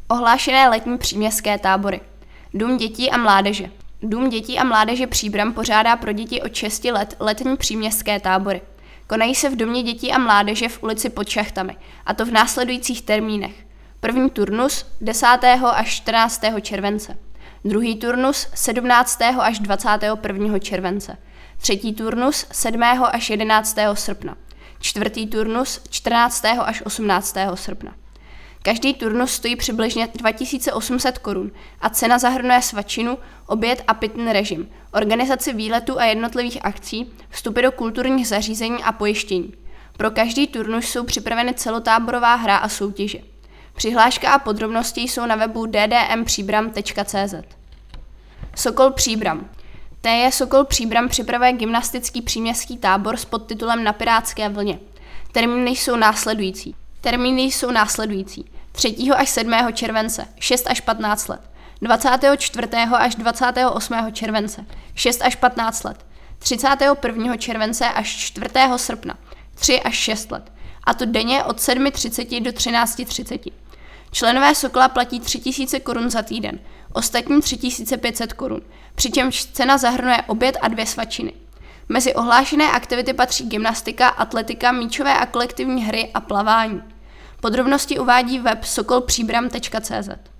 Ohlášené letní příměstské tábory. Dům dětí a mládeže. Dům dětí a mládeže Příbram pořádá pro děti od 6 let letní příměstské tábory. Konají se v Domě dětí a mládeže v ulici Pod Šachtami, a to v následujících termínech. První turnus 10. až 14. července. Druhý turnus 17. až 21. července. Třetí turnus 7. až 11. srpna. Čtvrtý turnus 14. až 18. srpna. Každý turnus stojí přibližně 2800 korun a cena zahrnuje svačinu, oběd a pitný režim, organizaci výletů a jednotlivých akcí, vstupy do kulturních zařízení a pojištění. Pro každý turnus jsou připraveny celotáborová hra a soutěže. Přihláška a podrobnosti jsou na webu ddmpříbram.cz. Sokol Příbram. Sokol Příbram připravuje gymnastický příměstský tábor s podtitulem Na pirátské vlně. Termíny jsou následující. 3. až 7. července 6 až 15 let. 24. až 28. července 6 až 15 let. 31. července až 4. srpna 3 až 6 let. A to denně od 7:30 do 13:30. Členové Sokola platí 3000 korun za týden, ostatní 3500 korun, přičemž cena zahrnuje oběd a 2 svačiny. Mezi ohlášené aktivity patří gymnastika, atletika, míčové a kolektivní hry a plavání. Podrobnosti uvádí web sokolpříbram.cz.